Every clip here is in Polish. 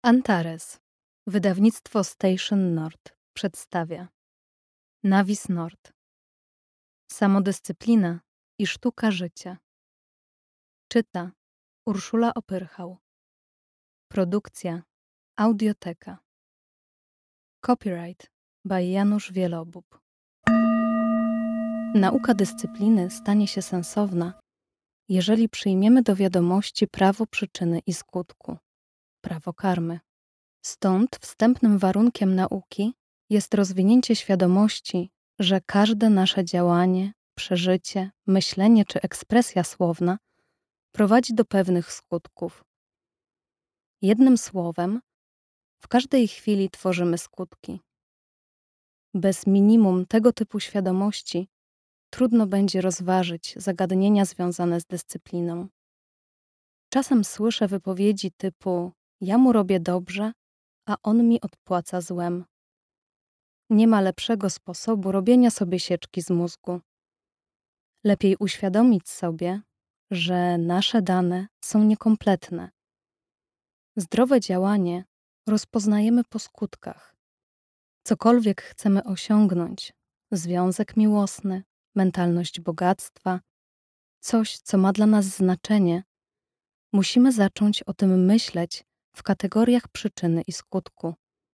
Antares. Wydawnictwo Station Nord przedstawia Navis Nord. Samodyscyplina i sztuka życia. Czyta Urszula Opyrchał. Produkcja Audioteka. Copyright by Janusz Wielobub. Nauka dyscypliny stanie się sensowna, jeżeli przyjmiemy do wiadomości prawo przyczyny i skutku, prawo karmy. Stąd wstępnym warunkiem nauki jest rozwinięcie świadomości, że każde nasze działanie, przeżycie, myślenie czy ekspresja słowna prowadzi do pewnych skutków. Jednym słowem, w każdej chwili tworzymy skutki. Bez minimum tego typu świadomości trudno będzie rozważyć zagadnienia związane z dyscypliną. Czasem słyszę wypowiedzi typu: ja mu robię dobrze, a on mi odpłaca złem. Nie ma lepszego sposobu robienia sobie sieczki z mózgu. Lepiej uświadomić sobie, że nasze dane są niekompletne. Zdrowe działanie rozpoznajemy po skutkach. Cokolwiek chcemy osiągnąć, związek miłosny, mentalność bogactwa, coś, co ma dla nas znaczenie, musimy zacząć o tym myśleć w kategoriach przyczyny i skutku.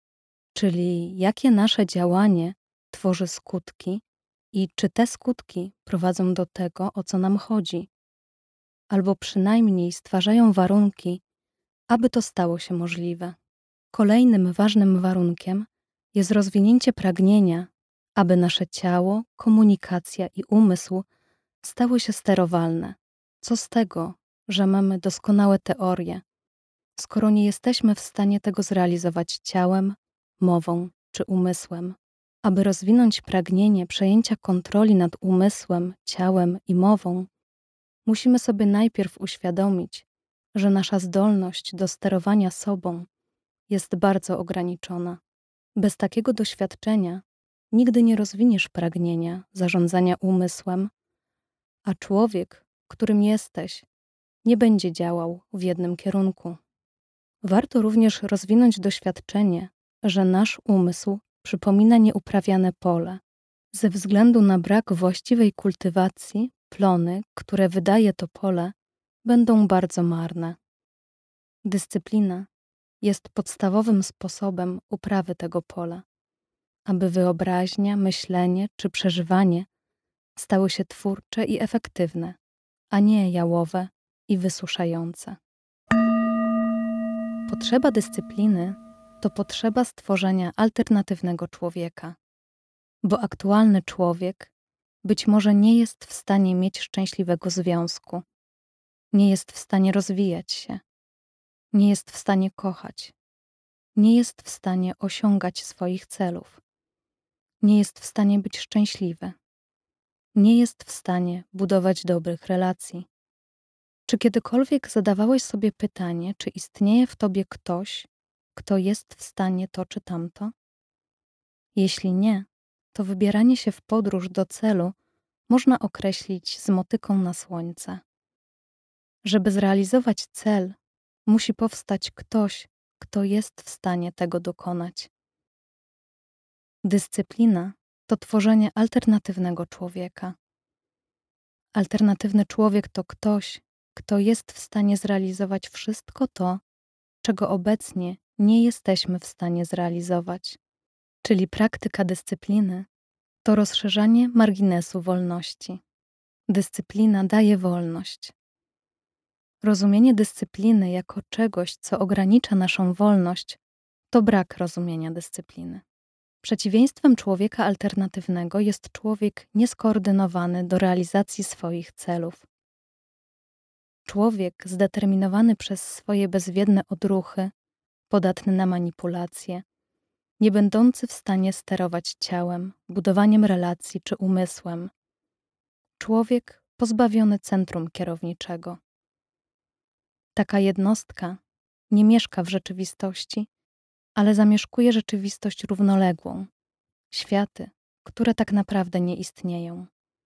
Czyli jakie nasze działanie tworzy skutki i czy te skutki prowadzą do tego, o co nam chodzi, albo przynajmniej stwarzają warunki, aby to stało się możliwe. Kolejnym ważnym warunkiem jest rozwinięcie pragnienia, aby nasze ciało, komunikacja i umysł stały się sterowalne. Co z tego, że mamy doskonałe teorie, skoro nie jesteśmy w stanie tego zrealizować ciałem, mową czy umysłem? Aby rozwinąć pragnienie przejęcia kontroli nad umysłem, ciałem i mową, musimy sobie najpierw uświadomić, że nasza zdolność do sterowania sobą jest bardzo ograniczona. Bez takiego doświadczenia nigdy nie rozwiniesz pragnienia zarządzania umysłem, a człowiek, którym jesteś, nie będzie działał w jednym kierunku. Warto również rozwinąć doświadczenie, że nasz umysł przypomina nieuprawiane pole. Ze względu na brak właściwej kultywacji, plony, które wydaje to pole, będą bardzo marne. Dyscyplina jest podstawowym sposobem uprawy tego pola, aby wyobraźnia, myślenie czy przeżywanie stały się twórcze i efektywne, a nie jałowe i wysuszające. Potrzeba dyscypliny to potrzeba stworzenia alternatywnego człowieka, bo aktualny człowiek być może nie jest w stanie mieć szczęśliwego związku, nie jest w stanie rozwijać się, nie jest w stanie kochać, nie jest w stanie osiągać swoich celów, nie jest w stanie być szczęśliwy, nie jest w stanie budować dobrych relacji. Czy kiedykolwiek zadawałeś sobie pytanie, czy istnieje w tobie ktoś, kto jest w stanie to czy tamto? Jeśli nie, to wybieranie się w podróż do celu można określić z motyką na słońce. Żeby zrealizować cel, musi powstać ktoś, kto jest w stanie tego dokonać. Dyscyplina to tworzenie alternatywnego człowieka. Alternatywny człowiek to ktoś, kto jest w stanie zrealizować wszystko to, czego obecnie nie jesteśmy w stanie zrealizować. Czyli praktyka dyscypliny to rozszerzanie marginesu wolności. Dyscyplina daje wolność. Rozumienie dyscypliny jako czegoś, co ogranicza naszą wolność, to brak rozumienia dyscypliny. Przeciwieństwem człowieka alternatywnego jest człowiek nieskoordynowany do realizacji swoich celów. Człowiek zdeterminowany przez swoje bezwiedne odruchy, podatny na manipulacje, nie będący w stanie sterować ciałem, budowaniem relacji czy umysłem. Człowiek pozbawiony centrum kierowniczego. Taka jednostka nie mieszka w rzeczywistości, ale zamieszkuje rzeczywistość równoległą, światy, które tak naprawdę nie istnieją.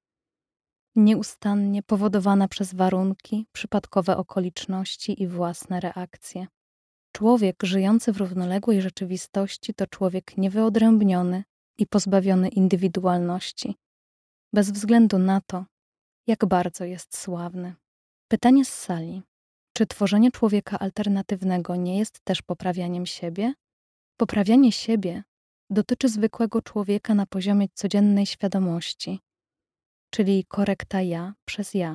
Nieustannie powodowana przez warunki, przypadkowe okoliczności i własne reakcje. Człowiek żyjący w równoległej rzeczywistości to człowiek niewyodrębniony i pozbawiony indywidualności, bez względu na to, jak bardzo jest sławny. Pytanie z sali. Czy tworzenie człowieka alternatywnego nie jest też poprawianiem siebie? Poprawianie siebie dotyczy zwykłego człowieka na poziomie codziennej świadomości, czyli korekta ja przez ja.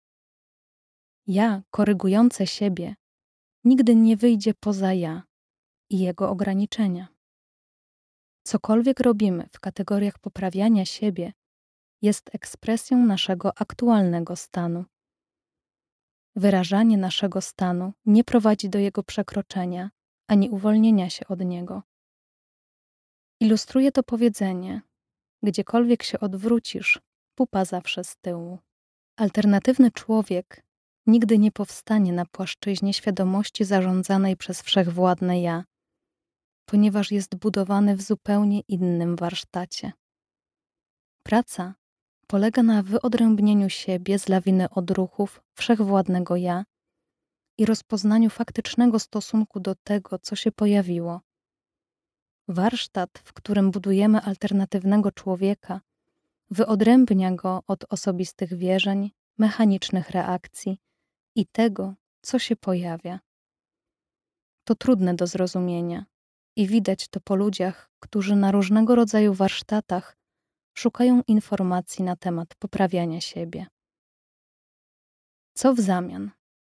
Ja korygujące siebie nigdy nie wyjdzie poza ja i jego ograniczenia. Cokolwiek robimy w kategoriach poprawiania siebie jest ekspresją naszego aktualnego stanu. Wyrażanie naszego stanu nie prowadzi do jego przekroczenia ani uwolnienia się od niego. Ilustruje to powiedzenie: gdziekolwiek się odwrócisz, pupa zawsze z tyłu. Alternatywny człowiek nigdy nie powstanie na płaszczyźnie świadomości zarządzanej przez wszechwładne ja, ponieważ jest budowany w zupełnie innym warsztacie. Praca polega na wyodrębnieniu siebie z lawiny odruchów wszechwładnego ja i rozpoznaniu faktycznego stosunku do tego, co się pojawiło. Warsztat, w którym budujemy alternatywnego człowieka, wyodrębnia go od osobistych wierzeń, mechanicznych reakcji i tego, co się pojawia. To trudne do zrozumienia i widać to po ludziach, którzy na różnego rodzaju warsztatach szukają informacji na temat poprawiania siebie. Co w zamian?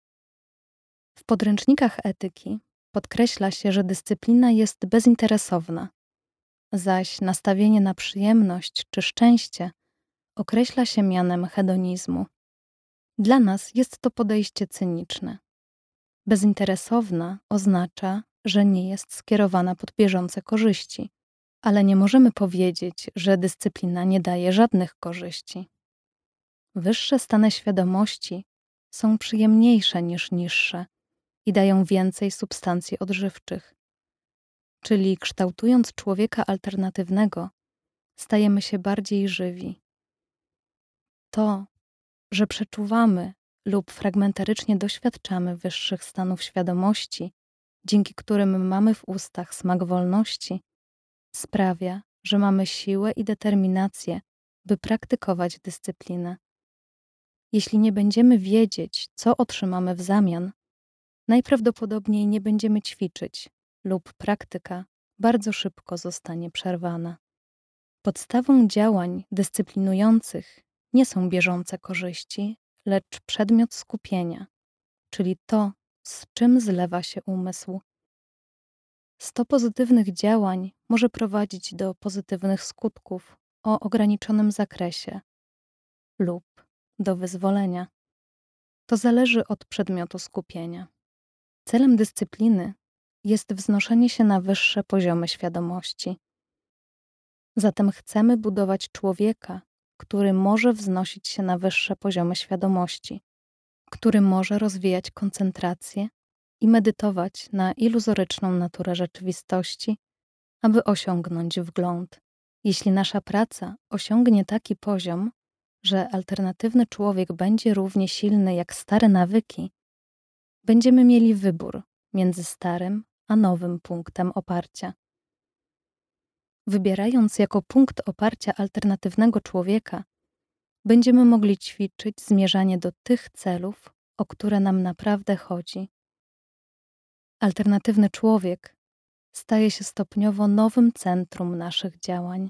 W podręcznikach etyki podkreśla się, że dyscyplina jest bezinteresowna, zaś nastawienie na przyjemność czy szczęście określa się mianem hedonizmu. Dla nas jest to podejście cyniczne. Bezinteresowna oznacza, że nie jest skierowana pod bieżące korzyści, ale nie możemy powiedzieć, że dyscyplina nie daje żadnych korzyści. Wyższe stany świadomości są przyjemniejsze niż niższe i dają więcej substancji odżywczych. Czyli kształtując człowieka alternatywnego, stajemy się bardziej żywi. To, że przeczuwamy lub fragmentarycznie doświadczamy wyższych stanów świadomości, dzięki którym mamy w ustach smak wolności, sprawia, że mamy siłę i determinację, by praktykować dyscyplinę. Jeśli nie będziemy wiedzieć, co otrzymamy w zamian, najprawdopodobniej nie będziemy ćwiczyć lub praktyka bardzo szybko zostanie przerwana. Podstawą działań dyscyplinujących nie są bieżące korzyści, lecz przedmiot skupienia, czyli to, z czym zlewa się umysł. 100 pozytywnych działań może prowadzić do pozytywnych skutków o ograniczonym zakresie lub do wyzwolenia. To zależy od przedmiotu skupienia. Celem dyscypliny jest wznoszenie się na wyższe poziomy świadomości. Zatem chcemy budować człowieka, który może wznosić się na wyższe poziomy świadomości, który może rozwijać koncentrację i medytować na iluzoryczną naturę rzeczywistości, aby osiągnąć wgląd. Jeśli nasza praca osiągnie taki poziom, że alternatywny człowiek będzie równie silny jak stare nawyki, będziemy mieli wybór między starym a nowym punktem oparcia. Wybierając jako punkt oparcia alternatywnego człowieka, będziemy mogli ćwiczyć zmierzanie do tych celów, o które nam naprawdę chodzi. Alternatywny człowiek staje się stopniowo nowym centrum naszych działań.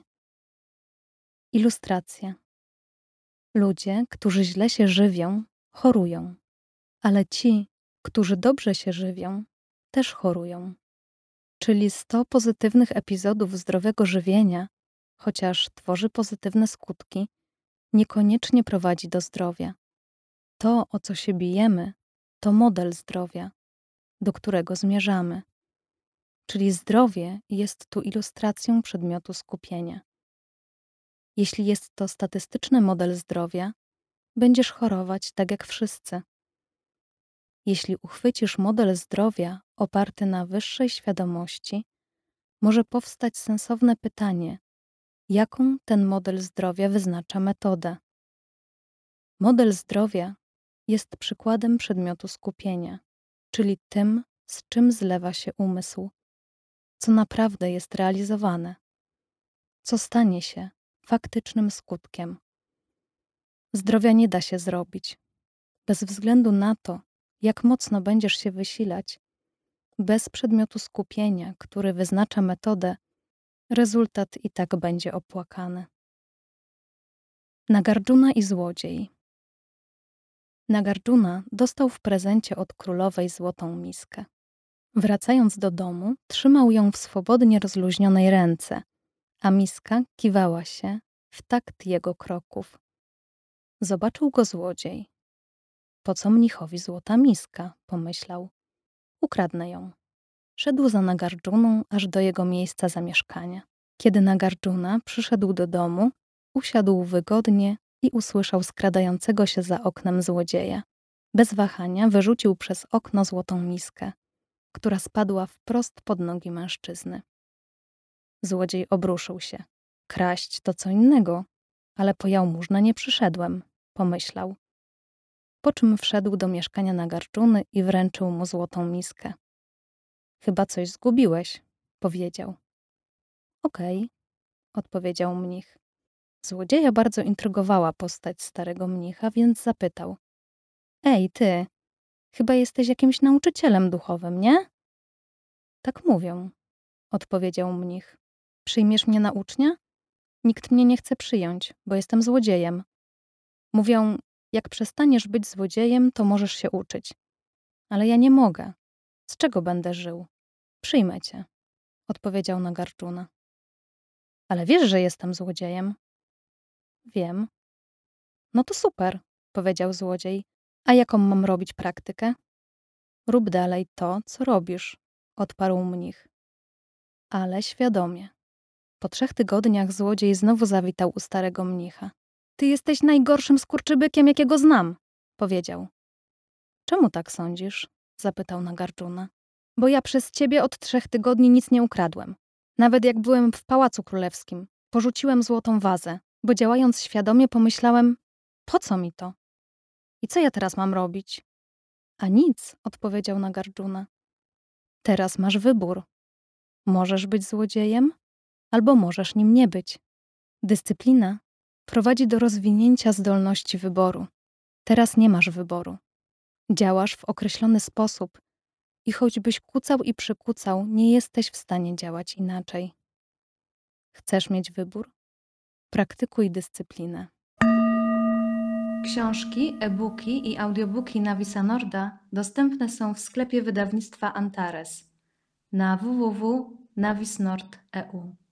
Ilustracja. Ludzie, którzy źle się żywią, chorują, ale ci, którzy dobrze się żywią, też chorują. Czyli 100 pozytywnych epizodów zdrowego żywienia, chociaż tworzy pozytywne skutki, niekoniecznie prowadzi do zdrowia. To, o co się bijemy, to model zdrowia, do którego zmierzamy. Czyli zdrowie jest tu ilustracją przedmiotu skupienia. Jeśli jest to statystyczny model zdrowia, będziesz chorować tak jak wszyscy. Jeśli uchwycisz model zdrowia oparty na wyższej świadomości, może powstać sensowne pytanie, jaką ten model zdrowia wyznacza metodę. Model zdrowia jest przykładem przedmiotu skupienia, czyli tym, z czym zlewa się umysł, co naprawdę jest realizowane, co stanie się faktycznym skutkiem. Zdrowia nie da się zrobić, bez względu na to, jak mocno będziesz się wysilać. Bez przedmiotu skupienia, który wyznacza metodę, rezultat i tak będzie opłakany. Nagarjuna i złodziej. Nagarjuna dostał w prezencie od królowej złotą miskę. Wracając do domu, trzymał ją w swobodnie rozluźnionej ręce, a miska kiwała się w takt jego kroków. Zobaczył go złodziej. Po co mnichowi złota miska? Pomyślał. Ukradnę ją. Szedł za Nagarjuną aż do jego miejsca zamieszkania. Kiedy Nagarjuna przyszedł do domu, usiadł wygodnie i usłyszał skradającego się za oknem złodzieja. Bez wahania wyrzucił przez okno złotą miskę, która spadła wprost pod nogi mężczyzny. Złodziej obruszył się. Kraść to co innego, ale po jałmużnę nie przyszedłem, pomyślał. Po czym wszedł do mieszkania Nagarjuny i wręczył mu złotą miskę. Chyba coś zgubiłeś, powiedział. Okej, odpowiedział mnich. Złodzieja bardzo intrygowała postać starego mnicha, więc zapytał. Ej, ty, chyba jesteś jakimś nauczycielem duchowym, nie? Tak mówią, odpowiedział mnich. Przyjmiesz mnie na ucznia? Nikt mnie nie chce przyjąć, bo jestem złodziejem. Mówią, jak przestaniesz być złodziejem, to możesz się uczyć. Ale ja nie mogę. Z czego będę żył? Przyjmę cię, odpowiedział Nagarjuna. Ale wiesz, że jestem złodziejem? Wiem. No to super, powiedział złodziej. A jaką mam robić praktykę? Rób dalej to, co robisz, odparł mnich. Ale świadomie. Po 3 tygodniach złodziej znowu zawitał u starego mnicha. Ty jesteś najgorszym skurczybykiem, jakiego znam, powiedział. Czemu tak sądzisz? Zapytał Nagarjuna. Bo ja przez ciebie od 3 tygodni nic nie ukradłem. Nawet jak byłem w Pałacu Królewskim, porzuciłem złotą wazę, bo działając świadomie pomyślałem, po co mi to? I co ja teraz mam robić? A nic, odpowiedział Nagarjuna. Teraz masz wybór. Możesz być złodziejem, albo możesz nim nie być. Dyscyplina prowadzi do rozwinięcia zdolności wyboru. Teraz nie masz wyboru. Działasz w określony sposób i choćbyś kucał i przykucał, nie jesteś w stanie działać inaczej. Chcesz mieć wybór? Praktykuj dyscyplinę. Książki, e-booki i audiobooki Navisa Norda dostępne są w sklepie wydawnictwa Antares na www.navisnord.eu.